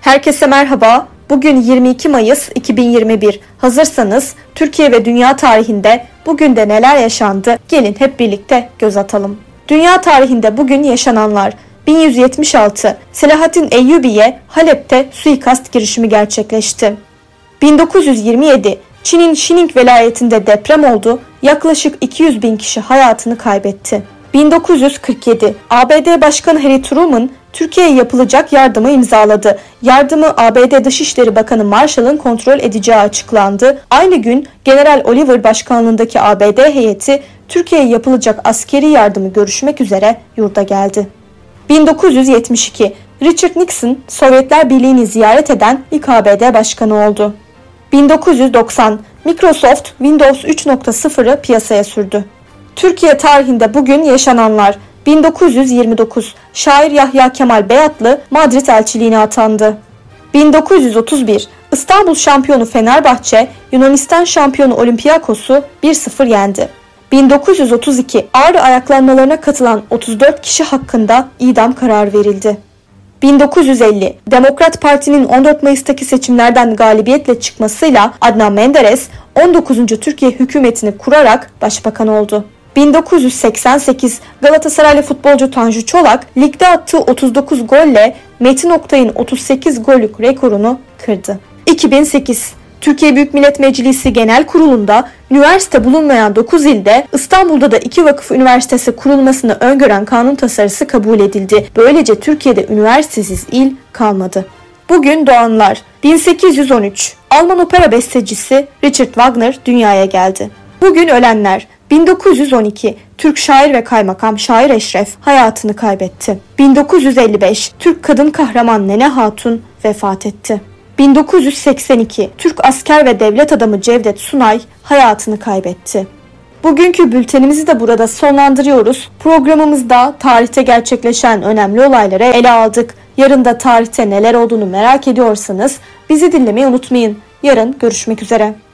Herkese merhaba. Bugün 22 Mayıs 2021. Hazırsanız Türkiye ve dünya tarihinde bugün de neler yaşandı? Gelin hep birlikte göz atalım. Dünya tarihinde bugün yaşananlar: 1176 Selahaddin Eyyubi'ye Halep'te suikast girişimi gerçekleşti. 1927 Çin'in Şining velayetinde deprem oldu. Yaklaşık 200 bin kişi hayatını kaybetti. 1947 ABD Başkanı Harry Truman Türkiye'ye yapılacak yardımı imzaladı. Yardımı ABD Dışişleri Bakanı Marshall'ın kontrol edeceği açıklandı. Aynı gün General Oliver başkanlığındaki ABD heyeti Türkiye'ye yapılacak askeri yardımı görüşmek üzere yurda geldi. 1972 Richard Nixon Sovyetler Birliği'ni ziyaret eden ilk ABD başkanı oldu. 1990 Microsoft Windows 3.0'ı piyasaya sürdü. Türkiye tarihinde bugün yaşananlar: 1929 şair Yahya Kemal Beyatlı Madrid elçiliğine atandı. 1931 İstanbul şampiyonu Fenerbahçe Yunanistan şampiyonu Olympiakos'u 1-0 yendi. 1932 ağır ayaklanmalarına katılan 34 kişi hakkında idam kararı verildi. 1950 Demokrat Parti'nin 14 Mayıs'taki seçimlerden galibiyetle çıkmasıyla Adnan Menderes 19. Türkiye hükümetini kurarak başbakan oldu. 1988 Galatasaraylı futbolcu Tanju Çolak ligde attığı 39 golle Metin Oktay'ın 38 gollük rekorunu kırdı. 2008 Türkiye Büyük Millet Meclisi Genel Kurulu'nda üniversite bulunmayan 9 ilde İstanbul'da da 2 vakıf üniversitesi kurulmasını öngören kanun tasarısı kabul edildi. Böylece Türkiye'de üniversitesiz il kalmadı. Bugün doğanlar: 1813 Alman opera bestecisi Richard Wagner dünyaya geldi. Bugün ölenler: 1912 Türk şair ve kaymakam Şair Eşref hayatını kaybetti. 1955 Türk kadın kahraman Nene Hatun vefat etti. 1982 Türk asker ve devlet adamı Cevdet Sunay hayatını kaybetti. Bugünkü bültenimizi de burada sonlandırıyoruz. Programımızda tarihte gerçekleşen önemli olayları ele aldık. Yarın da tarihte neler olduğunu merak ediyorsanız bizi dinlemeyi unutmayın. Yarın görüşmek üzere.